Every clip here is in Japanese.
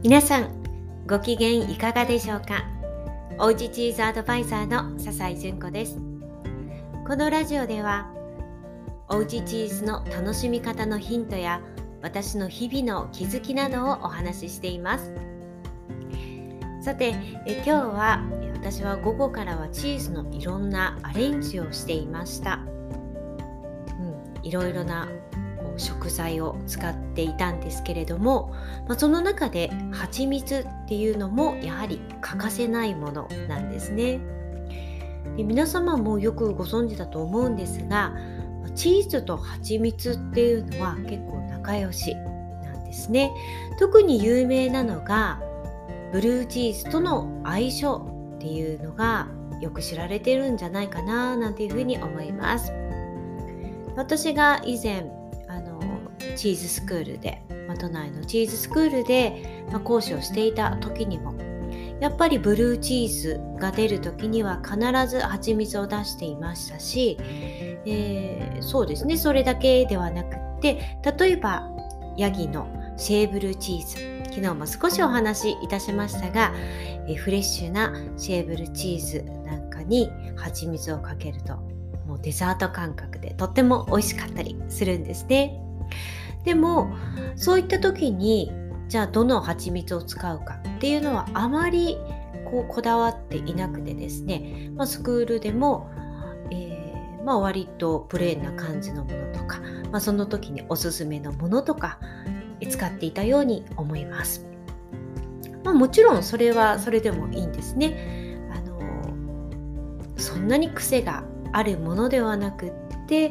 皆さん、ご機嫌いかがでしょうか。おうちチーズアドバイザーの笹井純子です。このラジオでは、おうちチーズの楽しみ方のヒントや私の日々の気づきなどをお話ししています。さて、今日は私は午後からはチーズのいろんなアレンジをしていました。いろいろな食材を使っていたんですけれども、その中で蜂蜜っていうのもやはり欠かせないものなんですね。で、皆様もよくご存知だと思うんですが、チーズと蜂蜜っていうのは結構仲良しなんですね。特に有名なのがブルーチーズとの相性っていうのがよく知られてるんじゃないかななんていうふうに思います。私が以前チーズスクールで、都内のチーズスクールで、講師をしていた時にもやっぱりブルーチーズが出る時には必ず蜂蜜を出していましたし、そうですね、それだけではなくって、例えばヤギのシェーブルチーズ、昨日も少しお話しいたしましたが、フレッシュなシェーブルチーズなんかに蜂蜜をかけるともうデザート感覚でとっても美味しかったりするんですね。でもそういった時にじゃあどの蜂蜜を使うかっていうのはあまりこだわっていなくてですね、スクールでも、割とプレーンな感じのものとか、その時におすすめのものとか使っていたように思います。もちろんそれはそれでもいいんですね。そんなに癖があるものではなくって、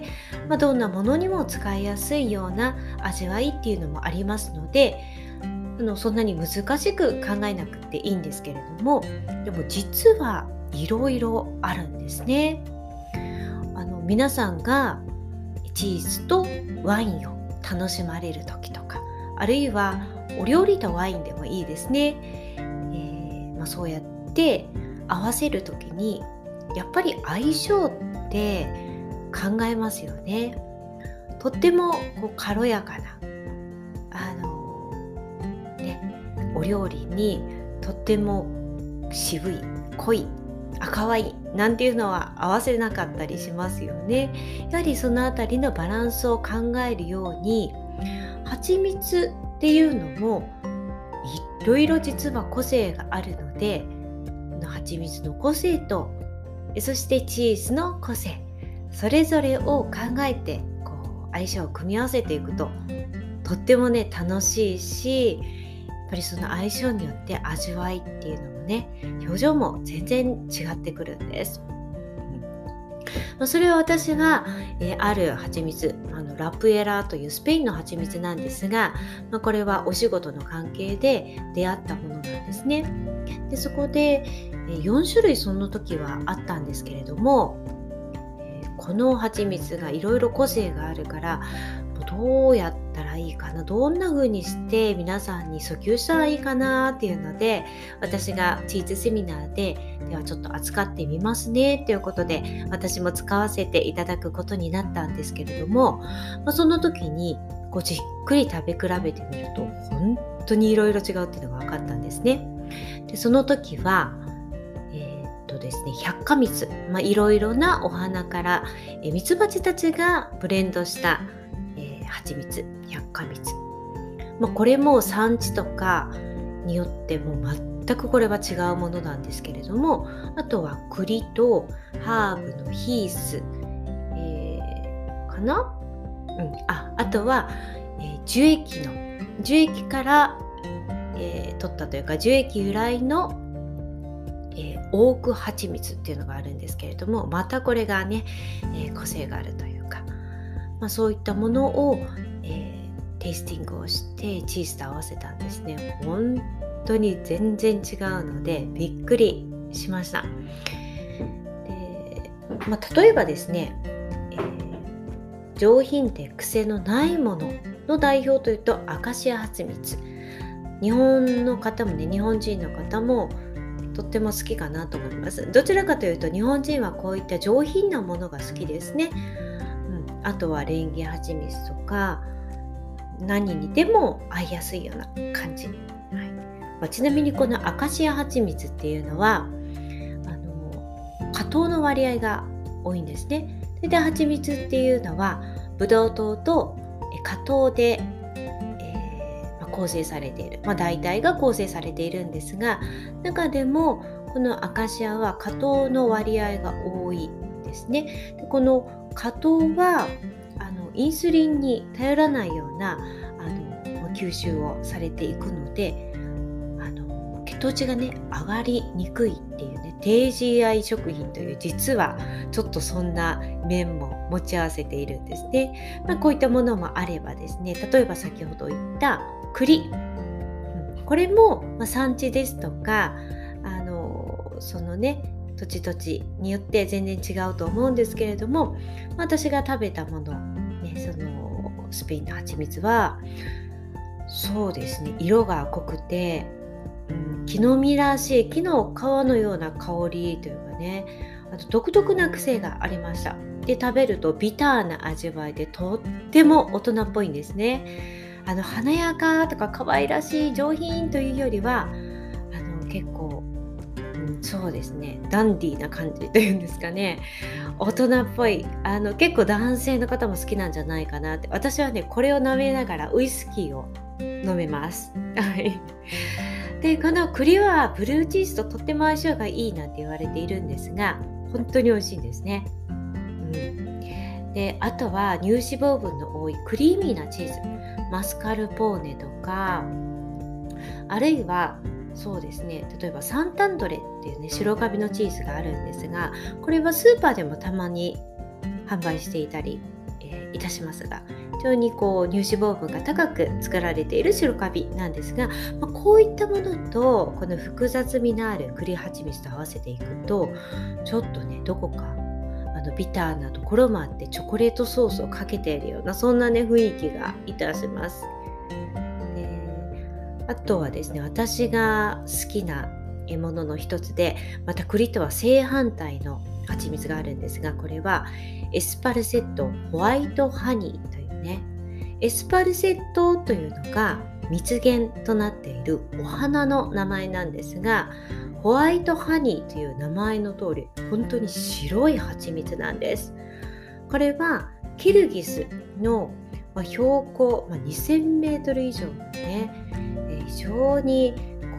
どんなものにも使いやすいような味わいっていうのもありますので、そんなに難しく考えなくていいんですけれども、でも実はいろいろあるんですね。皆さんがチーズとワインを楽しまれる時とか、あるいはお料理とワインでもいいですね。そうやって合わせる時にやっぱり相性って考えますよね。とっても軽やかなお料理にとっても渋い濃い赤ワインなんていうのは合わせなかったりしますよね。やはりそのあたりのバランスを考えるように、蜂蜜っていうのもいろいろ実は個性があるので、蜂蜜の個性とそしてチーズの個性、それぞれを考えて相性を組み合わせていくととってもね楽しいし、やっぱりその相性によって味わいっていうのもね、表情も全然違ってくるんです。それは私が、ある蜂蜜、ラプエラというスペインの蜂蜜なんですが、これはお仕事の関係で出会ったものなんですね。でそこで、4種類その時はあったんですけれども、この蜂蜜がいろいろ個性があるから、どうやったらいいかな、どんな風にして皆さんに訴求したらいいかなっていうので、私がチーズセミナーではちょっと扱ってみますねということで、私も使わせていただくことになったんですけれども、その時にじっくり食べ比べてみると本当にいろいろ違うっていうのが分かったんですね。でその時はですね、百花蜜、いろいろなお花からミツバチたちがブレンドした蜂蜜、百花蜜、これも産地とかによっても全くこれは違うものなんですけれども、あとは栗とハーブのヒース、かな、あとは、樹液から、取ったというか樹液由来のオーク蜂蜜っていうのがあるんですけれども、またこれがね、個性があるというか、そういったものを、テイスティングをしてチーズと合わせたんですね。本当に全然違うのでびっくりしました。で、例えばですね、上品で癖のないものの代表というとアカシア蜂蜜。日本の方もね、日本人の方もとっても好きかなと思います。どちらかというと日本人はこういった上品なものが好きですね。あとはレンゲ蜂蜜とか何にでも合いやすいような感じ、 ちなみにこのアカシア蜂蜜っていうのは果糖の割合が多いんですね。で蜂蜜っていうのはブドウ糖と果糖で、構成されている、大体が構成されているんですが、中でもこのアカシアは果糖の割合が多いですね。でこの果糖はインスリンに頼らないような吸収をされていくので血糖値がね上がりにくいっていうね、低 GI 食品という実はちょっとそんな面も持ち合わせているんですね。こういったものもあればですね、例えば先ほど言った栗、これも、産地ですとかそのね土地土地によって全然違うと思うんですけれども、私が食べたもの、ね、そのスペインの蜂蜜はそうですね、色が濃くて、木の実らしい木の皮のような香りというかね、あと独特な癖がありました。で食べるとビターな味わいでとっても大人っぽいんですね。華やかとか可愛らしい上品というよりは結構、そうですね、ダンディーな感じというんですかね、大人っぽい結構男性の方も好きなんじゃないかなって。私はねこれを舐めながらウイスキーを飲めます。でこの栗はブルーチーズととっても相性がいいなんて言われているんですが、本当に美味しいんですね。であとは乳脂肪分の多いクリーミーなチーズ、マスカルポーネとか、あるいはそうですね、例えばサンタンドレっていうね白カビのチーズがあるんですが、これはスーパーでもたまに販売していたり、いたしますが、非常に乳脂肪分が高く作られている白カビなんですが、こういったものとこの複雑味のある栗蜂蜜と合わせていくと、ちょっとねどこかビターなところもあってチョコレートソースをかけているような、そんなね雰囲気がいたします。あとはですね、私が好きなものの一つで、また栗とは正反対の蜂蜜があるんですが、これはエスパルセットホワイトハニーというね、エスパルセットというのが蜜源となっているお花の名前なんですが、ホワイトハニーという名前の通り本当に白い蜂蜜なんです。これはキルギスの標高2000メートル以上のね、非常に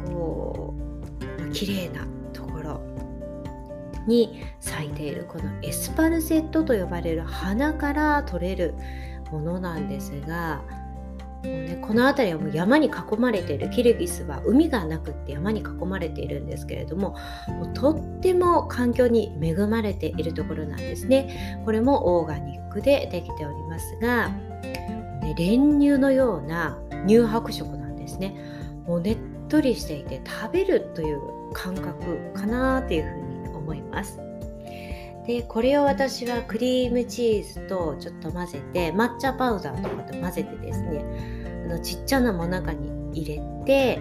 綺麗なところに咲いているこのエスパルセットと呼ばれる花から取れるものなんですが、もうね、この辺りはもう山に囲まれている。キルギスは海がなくって山に囲まれているんですけれども、もうとっても環境に恵まれているところなんですね。これもオーガニックでできておりますが、練乳のような乳白色なんですね。もうねっとりしていて食べるという感覚かなというふうに思います。でこれを私はクリームチーズとちょっと混ぜて、抹茶パウダーとかと混ぜてですね、ちっちゃなもなかに入れて、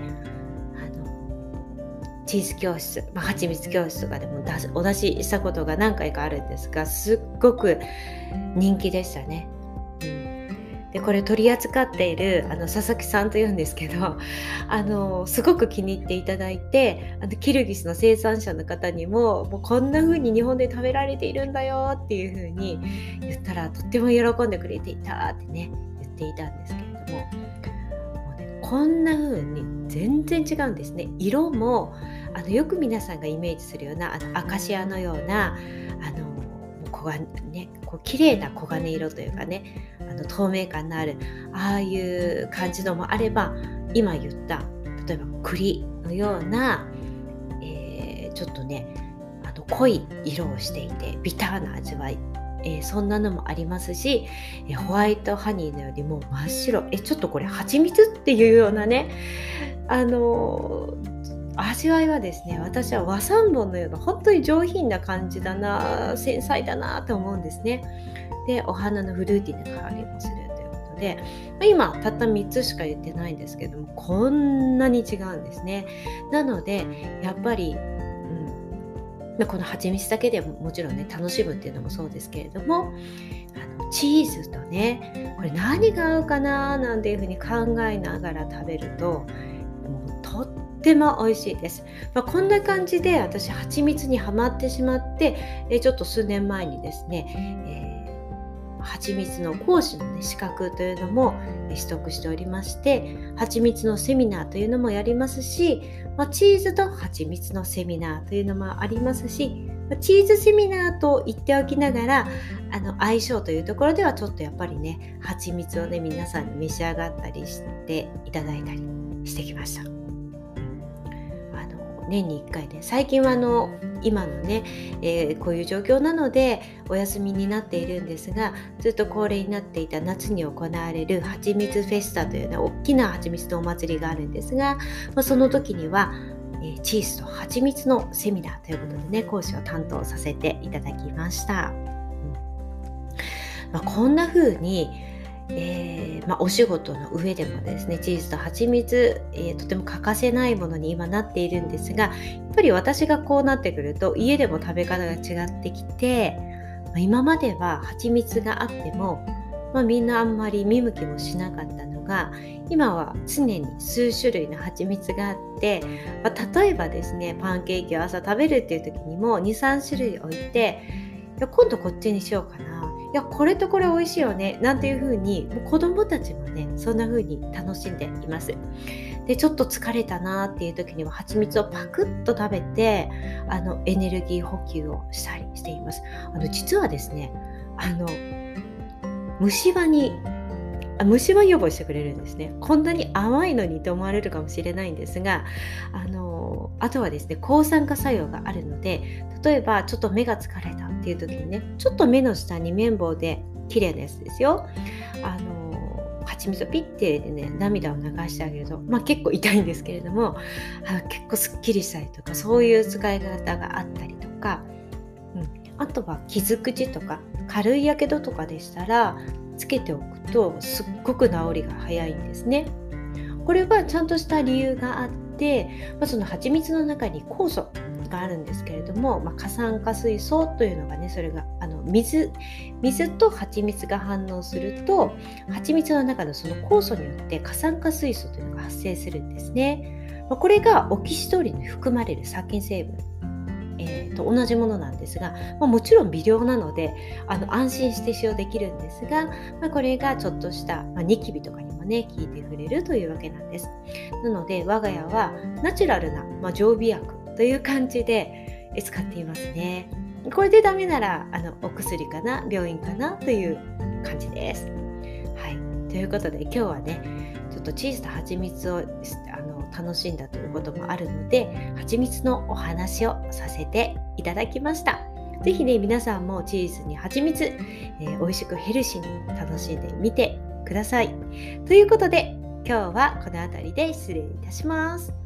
チーズ教室、蜂蜜教室とかでもお出ししたことが何回かあるんですが、すっごく人気でしたね。でこれ取り扱っている佐々木さんというんですけど、すごく気に入っていただいて、キルギスの生産者の方にも、もうこんな風に日本で食べられているんだよっていう風に言ったら、とっても喜んでくれていたってね言っていたんですけれども、もうね、こんな風に全然違うんですね。色もよく皆さんがイメージするようなアカシアのような綺麗な黄金色というかね、透明感のあるああいう感じのもあれば、今言った例えば栗のような、ちょっとね濃い色をしていてビターな味わい、そんなのもありますし、ホワイトハニーのよりも真っ白、ちょっとこれ蜂蜜っていうようなね味わいはですね、私は和三盆のような本当に上品な感じだな、繊細だなと思うんですね。でお花のフルーティーな香りもするということで、今たった3つしか言ってないんですけども、こんなに違うんですね。なのでやっぱり、この蜂蜜だけでもちろんね楽しむっていうのもそうですけれども、チーズとね、これ何が合うかななんていうふうに考えながら食べると、もうとっても美味しいです。こんな感じで私蜂蜜にはまってしまって、ちょっと数年前にですね、蜂蜜の講師の、資格というのも取得しておりまして、蜂蜜のセミナーというのもやりますし、チーズと蜂蜜のセミナーというのもありますし、チーズセミナーと言っておきながら相性というところではちょっとやっぱりね、蜂蜜をね皆さんに召し上がったりしていただいたりしてきました。年に1回で、最近は今のね、こういう状況なのでお休みになっているんですが、ずっと恒例になっていた夏に行われるはちみつフェスタという大きなはちみつのお祭りがあるんですが、その時にはチーズとはちみつのセミナーということでね、講師を担当させていただきました。こんな風にお仕事の上でもですね、チーズと蜂蜜、とても欠かせないものに今なっているんですが、やっぱり私がこうなってくると家でも食べ方が違ってきて、今までは蜂蜜があっても、みんなあんまり見向きもしなかったのが、今は常に数種類の蜂蜜があって、例えばですね、パンケーキを朝食べるっていう時にも 2,3 種類置いて、今度こっちにしようかな、これとこれ美味しいよねなんていう風に、もう子供たちもねそんな風に楽しんでいます。で、ちょっと疲れたなっていう時には蜂蜜をパクッと食べてエネルギー補給をしたりしています。実はですね、虫歯予防してくれるんですね。こんなに甘いのにと思われるかもしれないんですが、あとはですね、抗酸化作用があるので、例えばちょっと目が疲れたっていう時にね、ちょっと目の下に綿棒で綺麗なやつですよ、蜂蜜をピッて入れてね、涙を流してあげると、結構痛いんですけれども、結構すっきりしたりとか、そういう使い方があったりとか、あとは傷口とか軽いやけどとかでしたらつけておくとすっごく治りが早いんですね。これはちゃんとした理由があって、その蜂蜜の中に酵素があるんですけれども、過酸化水素というのがね、それが水と蜂蜜が反応すると、蜂蜜の中のその酵素によって過酸化水素というのが発生するんですね。これがオキシトリンに含まれる殺菌成分と同じものなんですが、もちろん微量なので安心して使用できるんですが、これがちょっとした、ニキビとかにもね効いてくれるというわけなんです。なので我が家はナチュラルな、常備薬という感じで使っていますね。これでダメならお薬かな、病院かなという感じです。はい、ということで今日はね、ちょっとチーズと蜂蜜を楽しんだということもあるので、蜂蜜のお話をさせていただきました。ぜひね、皆さんもチーズに蜂蜜、美味しくヘルシーに楽しんでみてください。ということで今日はこの辺りで失礼いたします。